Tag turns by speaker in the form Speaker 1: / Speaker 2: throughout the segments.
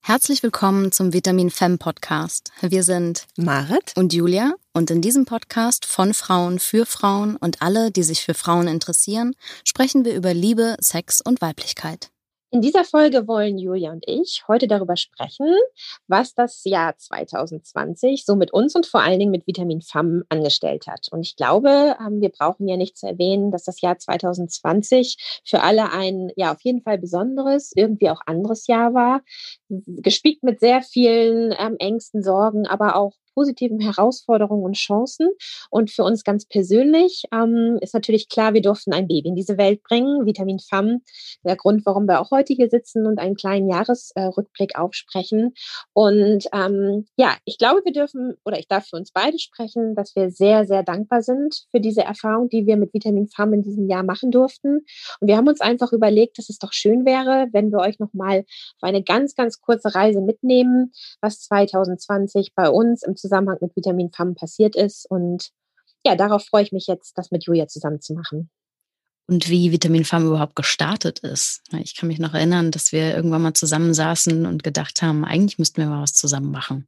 Speaker 1: Herzlich willkommen zum Vitamin Femme Podcast. Wir sind
Speaker 2: Marit
Speaker 1: und Julia und in diesem Podcast von Frauen für Frauen und alle, die sich für Frauen interessieren, sprechen wir über Liebe, Sex und Weiblichkeit.
Speaker 2: In dieser Folge wollen Julia und ich heute darüber sprechen, was das Jahr 2020 so mit uns und vor allen Dingen mit Vitamin Femme angestellt hat. Und ich glaube, wir brauchen ja nicht zu erwähnen, dass das Jahr 2020 für alle ein ja auf jeden Fall besonderes, irgendwie auch anderes Jahr war, gespickt mit sehr vielen Ängsten, Sorgen, aber auch positiven Herausforderungen und Chancen. Und für uns ganz persönlich ist natürlich klar, wir durften ein Baby in diese Welt bringen, Vitamin Femme, der Grund, warum wir auch heute hier sitzen und einen kleinen Jahresrückblick aufsprechen. Und ja, ich glaube, wir dürfen, oder ich darf für uns beide sprechen, dass wir sehr, sehr dankbar sind für diese Erfahrung, die wir mit Vitamin Femme in diesem Jahr machen durften. Und wir haben uns einfach überlegt, dass es doch schön wäre, wenn wir euch nochmal auf eine ganz, ganz kurze Reise mitnehmen, was 2020 bei uns im Zusammenhang mit Vitamin Femme passiert ist. Und ja, darauf freue ich mich jetzt, das mit Julia zusammen zu machen.
Speaker 1: Und wie Vitamin Femme überhaupt gestartet ist. Ich kann mich noch erinnern, dass wir irgendwann mal zusammensaßen und gedacht haben, eigentlich müssten wir mal was zusammen machen.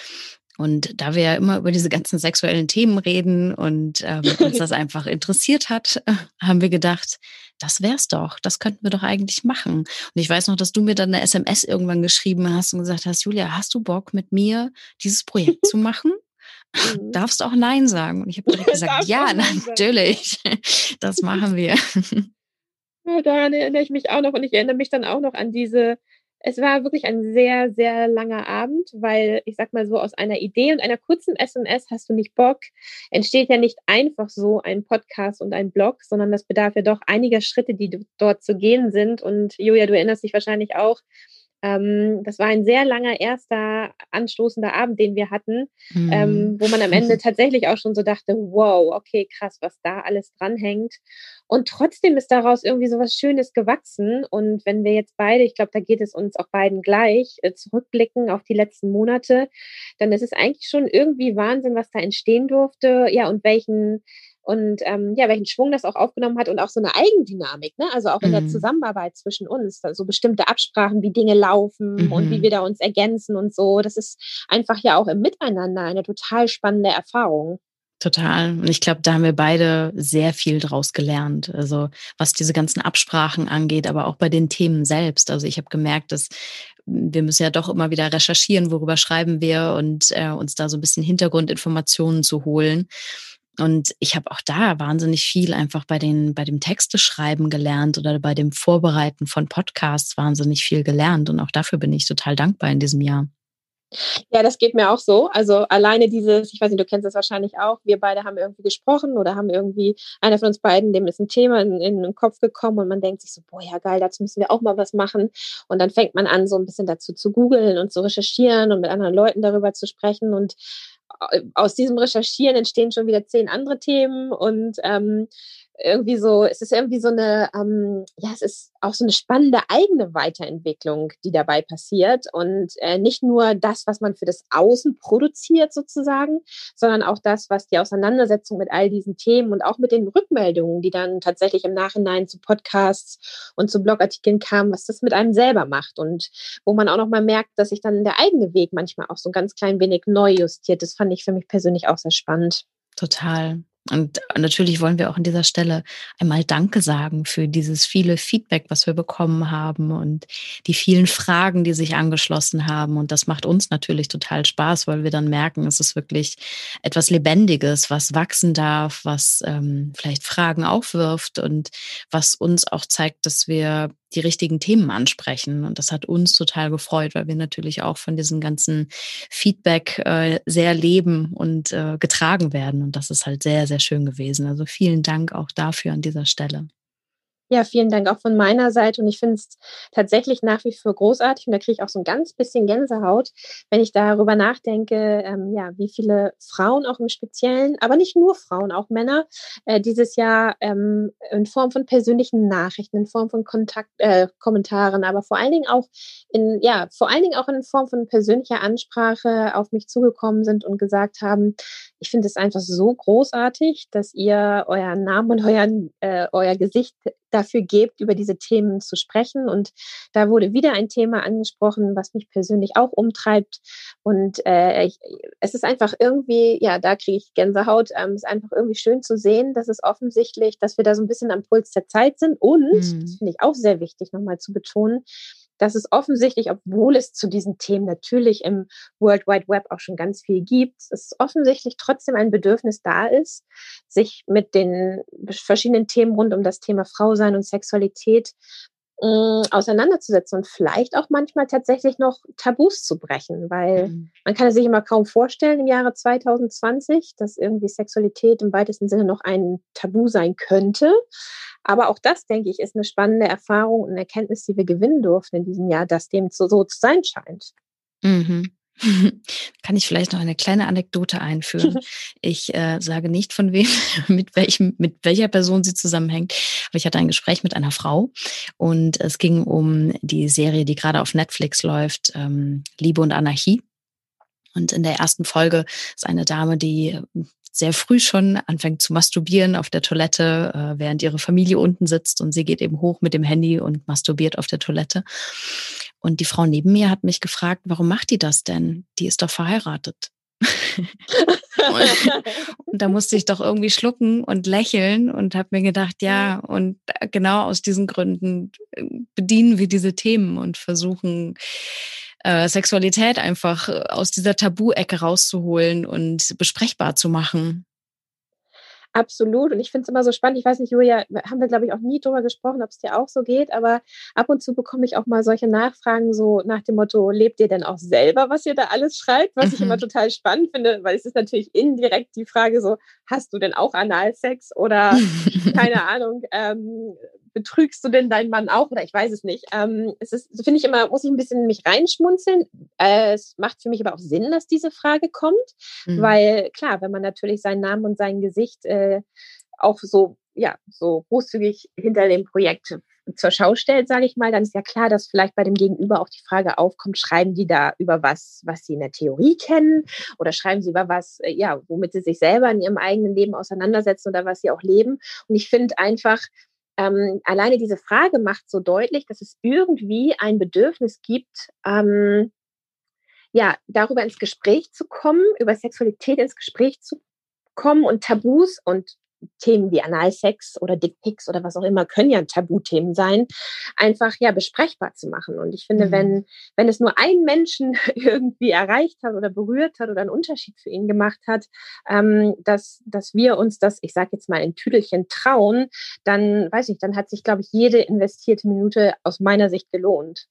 Speaker 1: Und da wir ja immer über diese ganzen sexuellen Themen reden und uns das einfach interessiert hat, haben wir gedacht, das wär's doch, das könnten wir doch eigentlich machen. Und ich weiß noch, dass du mir dann eine SMS irgendwann geschrieben hast und gesagt hast, Julia, hast du Bock mit mir dieses Projekt zu machen? Darfst auch Nein sagen. Und ich habe direkt gesagt, ja, natürlich, das machen wir.
Speaker 2: Ja, daran erinnere ich mich auch noch und ich erinnere mich dann auch noch an es war wirklich ein sehr, sehr langer Abend, weil ich sag mal so, aus einer Idee und einer kurzen SMS hast du nicht Bock, entsteht ja nicht einfach so ein Podcast und ein Blog, sondern das bedarf ja doch einiger Schritte, die dort zu gehen sind. Und Julia, du erinnerst dich wahrscheinlich auch, das war ein sehr langer erster anstoßender Abend, den wir hatten, wo man am Ende tatsächlich auch schon so dachte, wow, okay, krass, was da alles dranhängt. Und trotzdem ist daraus irgendwie so was Schönes gewachsen. Und wenn wir jetzt beide, ich glaube, da geht es uns auch beiden gleich, zurückblicken auf die letzten Monate, dann ist es eigentlich schon irgendwie Wahnsinn, was da entstehen durfte. Ja, und welchen Schwung das auch aufgenommen hat und auch so eine Eigendynamik, ne? Also auch in der Zusammenarbeit zwischen uns, so bestimmte Absprachen, wie Dinge laufen und wie wir da uns ergänzen und so. Das ist einfach ja auch im Miteinander eine total spannende Erfahrung.
Speaker 1: Total. Und ich glaube, da haben wir beide sehr viel draus gelernt. Also was diese ganzen Absprachen angeht, aber auch bei den Themen selbst. Also ich habe gemerkt, dass wir müssen ja doch immer wieder recherchieren, worüber schreiben wir und uns da so ein bisschen Hintergrundinformationen zu holen. Und ich habe auch da wahnsinnig viel einfach bei dem Texteschreiben gelernt oder bei dem Vorbereiten von Podcasts wahnsinnig viel gelernt. Und auch dafür bin ich total dankbar in diesem Jahr.
Speaker 2: Ja, das geht mir auch so. Also alleine ich weiß nicht, du kennst das wahrscheinlich auch, wir beide haben irgendwie gesprochen oder haben irgendwie, einer von uns beiden, dem ist ein Thema in den Kopf gekommen und man denkt sich so, boah, ja geil, dazu müssen wir auch mal was machen. Und dann fängt man an, so ein bisschen dazu zu googeln und zu recherchieren und mit anderen Leuten darüber zu sprechen. Und aus diesem Recherchieren entstehen schon wieder 10 andere Themen und irgendwie so, es ist irgendwie so es ist auch so eine spannende eigene Weiterentwicklung, die dabei passiert und nicht nur das, was man für das Außen produziert sozusagen, sondern auch das, was die Auseinandersetzung mit all diesen Themen und auch mit den Rückmeldungen, die dann tatsächlich im Nachhinein zu Podcasts und zu Blogartikeln kamen, was das mit einem selber macht und wo man auch noch mal merkt, dass sich dann der eigene Weg manchmal auch so ein ganz klein wenig neu justiert. Das fand ich für mich persönlich auch sehr spannend.
Speaker 1: Total. Und natürlich wollen wir auch an dieser Stelle einmal Danke sagen für dieses viele Feedback, was wir bekommen haben und die vielen Fragen, die sich angeschlossen haben. Und das macht uns natürlich total Spaß, weil wir dann merken, es ist wirklich etwas Lebendiges, was wachsen darf, was vielleicht Fragen aufwirft und was uns auch zeigt, dass wir die richtigen Themen ansprechen. Und das hat uns total gefreut, weil wir natürlich auch von diesem ganzen Feedback sehr leben und getragen werden. Und das ist halt sehr, sehr schön gewesen. Also vielen Dank auch dafür an dieser Stelle.
Speaker 2: Ja, vielen Dank auch von meiner Seite und ich finde es tatsächlich nach wie vor großartig und da kriege ich auch so ein ganz bisschen Gänsehaut, wenn ich darüber nachdenke, wie viele Frauen auch im Speziellen, aber nicht nur Frauen, auch Männer, dieses Jahr in Form von persönlichen Nachrichten, in Form von Kommentaren, aber vor allen Dingen auch in Form von persönlicher Ansprache auf mich zugekommen sind und gesagt haben, ich finde es einfach so großartig, dass ihr euren Namen und euer Gesicht dafür gebt, über diese Themen zu sprechen. Und da wurde wieder ein Thema angesprochen, was mich persönlich auch umtreibt. Und es ist einfach irgendwie, ja, da kriege ich Gänsehaut. Es ist einfach irgendwie schön zu sehen, dass es offensichtlich, dass wir da so ein bisschen am Puls der Zeit sind. Und, das finde ich auch sehr wichtig, nochmal zu betonen, dass es offensichtlich, obwohl es zu diesen Themen natürlich im World Wide Web auch schon ganz viel gibt, es offensichtlich trotzdem ein Bedürfnis da ist, sich mit den verschiedenen Themen rund um das Thema Frausein und Sexualität auseinanderzusetzen und vielleicht auch manchmal tatsächlich noch Tabus zu brechen, weil man kann es sich immer kaum vorstellen im Jahre 2020, dass irgendwie Sexualität im weitesten Sinne noch ein Tabu sein könnte. Aber auch das, denke ich, ist eine spannende Erfahrung und Erkenntnis, die wir gewinnen durften in diesem Jahr, dass dem so zu sein scheint.
Speaker 1: Mhm. Kann ich vielleicht noch eine kleine Anekdote einführen? Ich sage nicht, von wem, mit welcher Person sie zusammenhängt. Aber ich hatte ein Gespräch mit einer Frau und es ging um die Serie, die gerade auf Netflix läuft, Liebe und Anarchie. Und in der ersten Folge ist eine Dame, die sehr früh schon anfängt zu masturbieren auf der Toilette, während ihre Familie unten sitzt und sie geht eben hoch mit dem Handy und masturbiert auf der Toilette. Und die Frau neben mir hat mich gefragt, warum macht die das denn? Die ist doch verheiratet. Und da musste ich doch irgendwie schlucken und lächeln und habe mir gedacht, ja, und genau aus diesen Gründen bedienen wir diese Themen und versuchen, Sexualität einfach aus dieser Tabu-Ecke rauszuholen und besprechbar zu machen.
Speaker 2: Absolut. Und ich finde es immer so spannend. Ich weiß nicht, Julia, haben wir, glaube ich, auch nie drüber gesprochen, ob es dir auch so geht. Aber ab und zu bekomme ich auch mal solche Nachfragen so nach dem Motto, lebt ihr denn auch selber, was ihr da alles schreibt? Was ich immer total spannend finde, weil es ist natürlich indirekt die Frage so, hast du denn auch Analsex oder keine Ahnung, betrügst du denn deinen Mann auch? Oder ich weiß es nicht. Es ist, finde ich immer, muss ich ein bisschen mich reinschmunzeln. Es macht für mich aber auch Sinn, dass diese Frage kommt, weil klar, wenn man natürlich seinen Namen und sein Gesicht auch so, ja, so großzügig hinter dem Projekt zur Schau stellt, sage ich mal, dann ist ja klar, dass vielleicht bei dem Gegenüber auch die Frage aufkommt, schreiben die da über was sie in der Theorie kennen oder schreiben sie über was, ja, womit sie sich selber in ihrem eigenen Leben auseinandersetzen oder was sie auch leben. Und ich finde einfach, alleine diese Frage macht so deutlich, dass es irgendwie ein Bedürfnis gibt, ja, darüber ins Gespräch zu kommen, über Sexualität ins Gespräch zu kommen und Tabus und Themen wie Analsex oder Dickpics oder was auch immer können ja Tabuthemen sein, einfach ja besprechbar zu machen. Und ich finde, wenn es nur einen Menschen irgendwie erreicht hat oder berührt hat oder einen Unterschied für ihn gemacht hat, dass wir uns das, ich sage jetzt mal in Tüdelchen trauen, dann weiß ich, dann hat sich, glaube ich, jede investierte Minute aus meiner Sicht gelohnt.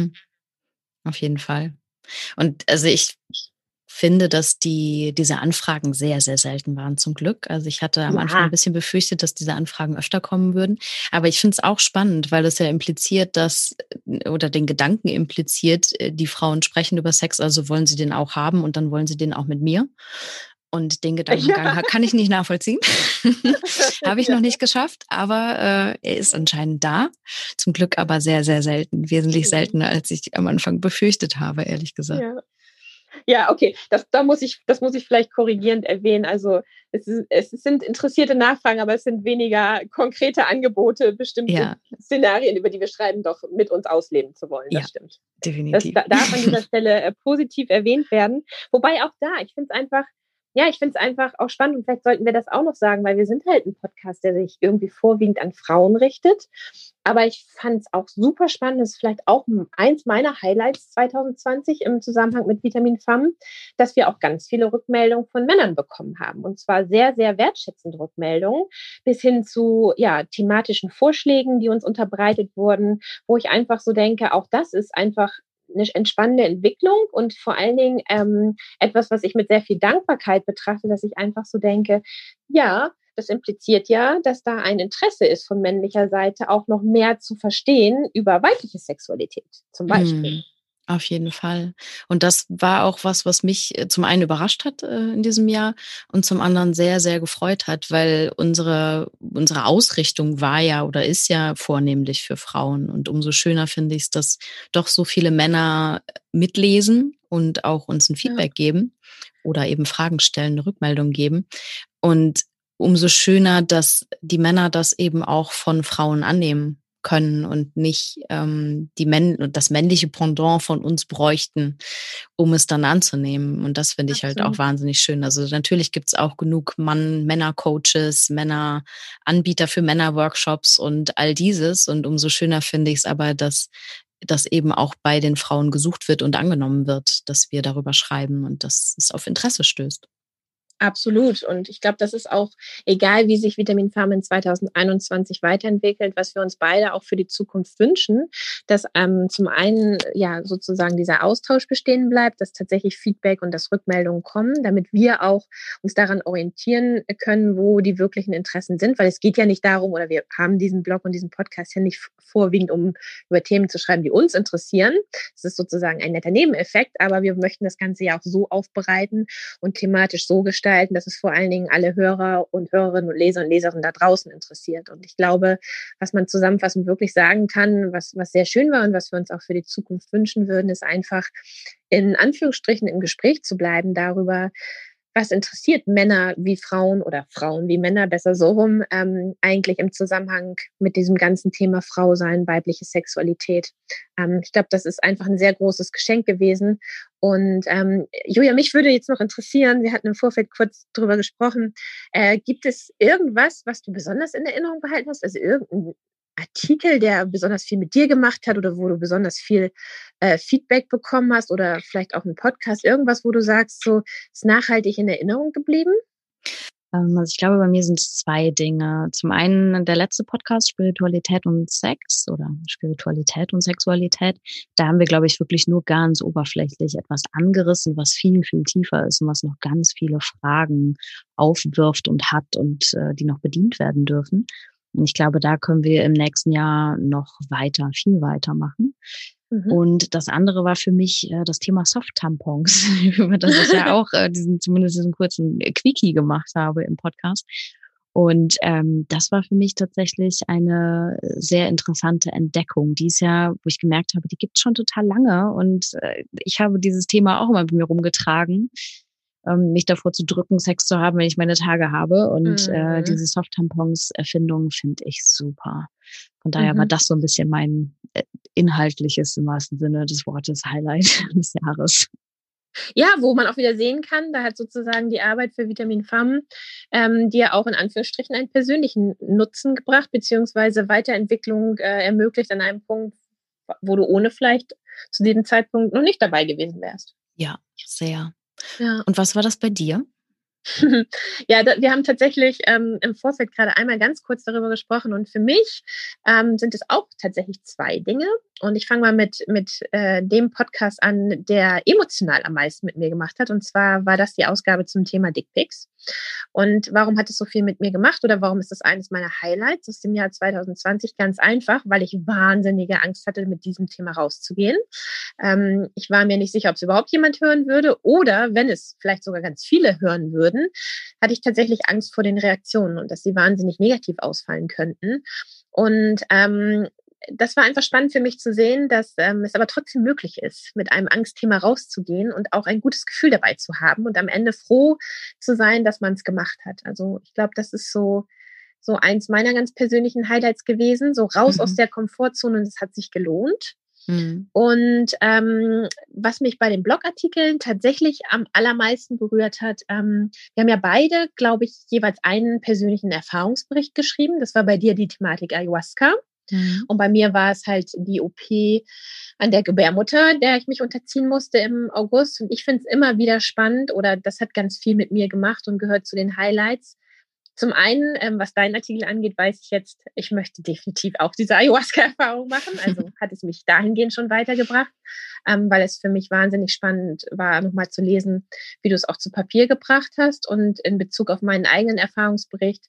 Speaker 1: Auf jeden Fall. Und also ich finde, dass diese Anfragen sehr, sehr selten waren, zum Glück. Also ich hatte am Anfang ein bisschen befürchtet, dass diese Anfragen öfter kommen würden. Aber ich finde es auch spannend, weil es ja impliziert, oder den Gedanken impliziert, die Frauen sprechen über Sex, also wollen sie den auch haben und dann wollen sie den auch mit mir. Und den Gedankengang kann ich nicht nachvollziehen. Habe ich noch nicht geschafft, aber er ist anscheinend da. Zum Glück aber sehr, sehr selten. Wesentlich seltener, als ich am Anfang befürchtet habe, ehrlich gesagt.
Speaker 2: Ja, okay, das muss ich vielleicht korrigierend erwähnen. Also es sind interessierte Nachfragen, aber es sind weniger konkrete Angebote, bestimmte Szenarien, über die wir schreiben, doch mit uns ausleben zu wollen. Das stimmt.
Speaker 1: Definitiv.
Speaker 2: Das darf an dieser Stelle positiv erwähnt werden. Wobei auch da, ich finde es einfach auch spannend und vielleicht sollten wir das auch noch sagen, weil wir sind halt ein Podcast, der sich irgendwie vorwiegend an Frauen richtet. Aber ich fand es auch super spannend, das ist vielleicht auch eins meiner Highlights 2020 im Zusammenhang mit Vitamin Femme, dass wir auch ganz viele Rückmeldungen von Männern bekommen haben. Und zwar sehr, sehr wertschätzende Rückmeldungen bis hin zu thematischen Vorschlägen, die uns unterbreitet wurden, wo ich einfach so denke, auch das ist einfach eine entspannende Entwicklung und vor allen Dingen etwas, was ich mit sehr viel Dankbarkeit betrachte, dass ich einfach so denke, ja, das impliziert ja, dass da ein Interesse ist von männlicher Seite, auch noch mehr zu verstehen über weibliche Sexualität zum Beispiel.
Speaker 1: Auf jeden Fall. Und das war auch was mich zum einen überrascht hat in diesem Jahr und zum anderen sehr, sehr gefreut hat, weil unsere Ausrichtung war ja oder ist ja vornehmlich für Frauen. Und umso schöner finde ich es, dass doch so viele Männer mitlesen und auch uns ein Feedback geben oder eben Fragen stellen, eine Rückmeldung geben. Und umso schöner, dass die Männer das eben auch von Frauen annehmen können und nicht das männliche Pendant von uns bräuchten, um es dann anzunehmen. Und das finde ich halt auch
Speaker 2: Absolut.
Speaker 1: wahnsinnig schön. Also natürlich gibt es auch genug Männer-Coaches, Männer-Anbieter für Männer-Workshops und all dieses. Und umso schöner finde ich es aber, dass das eben auch bei den Frauen gesucht wird und angenommen wird, dass wir darüber schreiben und dass es auf Interesse stößt.
Speaker 2: Absolut. Und ich glaube, das ist auch egal, wie sich Vitamin Pharma in 2021 weiterentwickelt, was wir uns beide auch für die Zukunft wünschen, dass zum einen ja sozusagen dieser Austausch bestehen bleibt, dass tatsächlich Feedback und dass Rückmeldungen kommen, damit wir auch uns daran orientieren können, wo die wirklichen Interessen sind, weil es geht ja nicht darum, oder wir haben diesen Blog und diesen Podcast ja nicht vorwiegend, um über Themen zu schreiben, die uns interessieren. Das ist sozusagen ein netter Nebeneffekt, aber wir möchten das Ganze ja auch so aufbereiten und thematisch so gestalten, dass es vor allen Dingen alle Hörer und Hörerinnen und Leser und Leserinnen da draußen interessiert. Und ich glaube, was man zusammenfassend wirklich sagen kann, was sehr schön war und was wir uns auch für die Zukunft wünschen würden, ist einfach in Anführungsstrichen im Gespräch zu bleiben darüber, was interessiert Männer wie Frauen oder Frauen wie Männer, besser so rum, eigentlich im Zusammenhang mit diesem ganzen Thema Frau sein, weibliche Sexualität. Ich glaube, das ist einfach ein sehr großes Geschenk gewesen. Und Julia, mich würde jetzt noch interessieren, wir hatten im Vorfeld kurz drüber gesprochen, gibt es irgendwas, was du besonders in Erinnerung behalten hast? Also irgendein Artikel, der besonders viel mit dir gemacht hat oder wo du besonders viel Feedback bekommen hast oder vielleicht auch ein Podcast, irgendwas, wo du sagst, so ist nachhaltig in Erinnerung geblieben?
Speaker 1: Also ich glaube, bei mir sind es 2 Dinge. Zum einen der letzte Podcast Spiritualität und Sex oder Spiritualität und Sexualität. Da haben wir, glaube ich, wirklich nur ganz oberflächlich etwas angerissen, was viel, viel tiefer ist und was noch ganz viele Fragen aufwirft und hat und die noch bedient werden dürfen. Und ich glaube, da können wir im nächsten Jahr noch weiter, viel weiter machen.
Speaker 2: Mhm.
Speaker 1: Und das andere war für mich das Thema Soft-Tampons, über das ich ja auch zumindest diesen kurzen Quickie gemacht habe im Podcast. Und das war für mich tatsächlich eine sehr interessante Entdeckung, die ist ja, wo ich gemerkt habe, die gibt's schon total lange. Und ich habe dieses Thema auch immer mit mir rumgetragen, mich davor zu drücken, Sex zu haben, wenn ich meine Tage habe. Und
Speaker 2: Mhm.
Speaker 1: diese Soft-Tampons-Erfindung finde ich super. Von daher war
Speaker 2: Mhm.
Speaker 1: das so ein bisschen mein inhaltliches, im wahrsten Sinne des Wortes, Highlight des Jahres.
Speaker 2: Ja, wo man auch wieder sehen kann, da hat sozusagen die Arbeit für Vitamin Femme dir auch in Anführungsstrichen einen persönlichen Nutzen gebracht, beziehungsweise Weiterentwicklung ermöglicht an einem Punkt, wo du ohne vielleicht zu diesem Zeitpunkt noch nicht dabei gewesen wärst.
Speaker 1: Ja, sehr.
Speaker 2: Ja.
Speaker 1: Und was war das bei dir?
Speaker 2: Ja, wir haben tatsächlich im Vorfeld gerade einmal ganz kurz darüber gesprochen und für mich sind es auch tatsächlich 2 Dinge. Und ich fange mal mit dem Podcast an, der emotional am meisten mit mir gemacht hat. Und zwar war das die Ausgabe zum Thema Dickpics. Und warum hat es so viel mit mir gemacht oder warum ist das eines meiner Highlights aus dem Jahr 2020? Ganz einfach, weil ich wahnsinnige Angst hatte, mit diesem Thema rauszugehen. Ich war mir nicht sicher, ob es überhaupt jemand hören würde oder wenn es vielleicht sogar ganz viele hören würden, hatte ich tatsächlich Angst vor den Reaktionen und dass sie wahnsinnig negativ ausfallen könnten. Und das war einfach spannend für mich zu sehen, dass es aber trotzdem möglich ist, mit einem Angstthema rauszugehen und auch ein gutes Gefühl dabei zu haben und am Ende froh zu sein, dass man es gemacht hat. Also ich glaube, das ist so eins meiner ganz persönlichen Highlights gewesen, so raus aus
Speaker 1: Mhm.
Speaker 2: der Komfortzone und es hat sich gelohnt.
Speaker 1: Mhm.
Speaker 2: Und was mich bei den Blogartikeln tatsächlich am allermeisten berührt hat, wir haben ja beide, glaube ich, jeweils einen persönlichen Erfahrungsbericht geschrieben. Das war bei dir die Thematik Ayahuasca.
Speaker 1: Mhm.
Speaker 2: Und bei mir war es halt die OP an der Gebärmutter, der ich mich unterziehen musste im August. Und ich finde es immer wieder spannend oder das hat ganz viel mit mir gemacht und gehört zu den Highlights. Zum einen, was deinen Artikel angeht, weiß ich jetzt, ich möchte definitiv auch diese Ayahuasca-Erfahrung machen. Also hat es mich dahingehend schon weitergebracht, weil es für mich wahnsinnig spannend war, nochmal zu lesen, wie du es auch zu Papier gebracht hast. Und in Bezug auf meinen eigenen Erfahrungsbericht,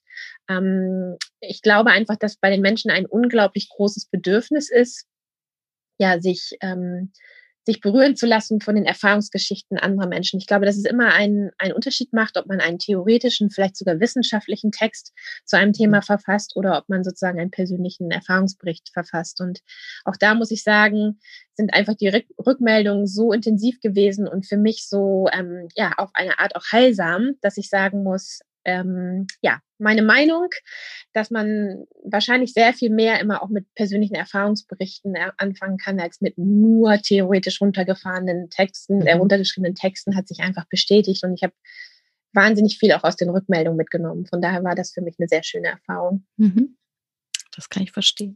Speaker 2: ich glaube einfach, dass bei den Menschen ein unglaublich großes Bedürfnis ist, ja, sich berühren zu lassen von den Erfahrungsgeschichten anderer Menschen. Ich glaube, dass es immer einen Unterschied macht, ob man einen theoretischen, vielleicht sogar wissenschaftlichen Text zu einem Thema verfasst oder ob man sozusagen einen persönlichen Erfahrungsbericht verfasst. Und auch da muss ich sagen, sind einfach die Rückmeldungen so intensiv gewesen und für mich so ja auf eine Art auch heilsam, dass ich sagen muss, meine Meinung, dass man wahrscheinlich sehr viel mehr immer auch mit persönlichen Erfahrungsberichten anfangen kann, als mit nur theoretisch runtergeschriebenen Texten, hat sich einfach bestätigt und ich habe wahnsinnig viel auch aus den Rückmeldungen mitgenommen. Von daher war das für mich eine sehr schöne Erfahrung.
Speaker 1: Das kann ich verstehen.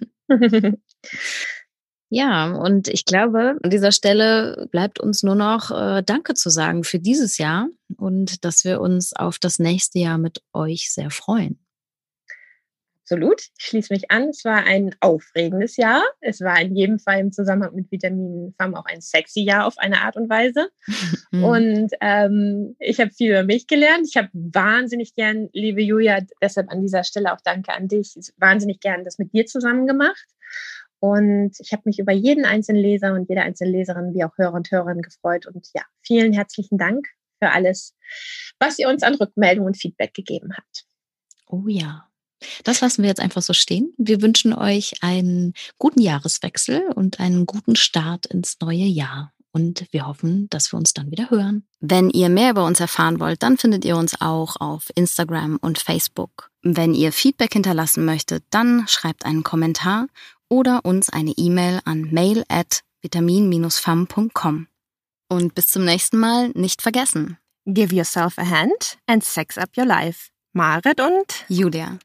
Speaker 1: Ja, und ich glaube, an dieser Stelle bleibt uns nur noch Danke zu sagen für dieses Jahr und dass wir uns auf das nächste Jahr mit euch sehr freuen.
Speaker 2: Absolut. Ich schließe mich an. Es war ein aufregendes Jahr. Es war in jedem Fall im Zusammenhang mit Vitamin Femme auch ein sexy Jahr auf eine Art und Weise. Und ich habe viel über mich gelernt. Ich habe wahnsinnig gern, liebe Julia, deshalb an dieser Stelle auch danke an dich, wahnsinnig gern das mit dir zusammen gemacht. Und ich habe mich über jeden einzelnen Leser und jede einzelne Leserin, wie auch Hörer und Hörerinnen gefreut. Und ja, vielen herzlichen Dank für alles, was ihr uns an Rückmeldung und Feedback gegeben habt.
Speaker 1: Oh ja. Das lassen wir jetzt einfach so stehen. Wir wünschen euch einen guten Jahreswechsel und einen guten Start ins neue Jahr. Und wir hoffen, dass wir uns dann wieder hören. Wenn ihr mehr über uns erfahren wollt, dann findet ihr uns auch auf Instagram und Facebook. Wenn ihr Feedback hinterlassen möchtet, dann schreibt einen Kommentar oder uns eine E-Mail an mail@vitamin-femme.com. Und bis zum nächsten Mal nicht vergessen.
Speaker 2: Give yourself a hand and sex up your life. Marit und
Speaker 1: Julia.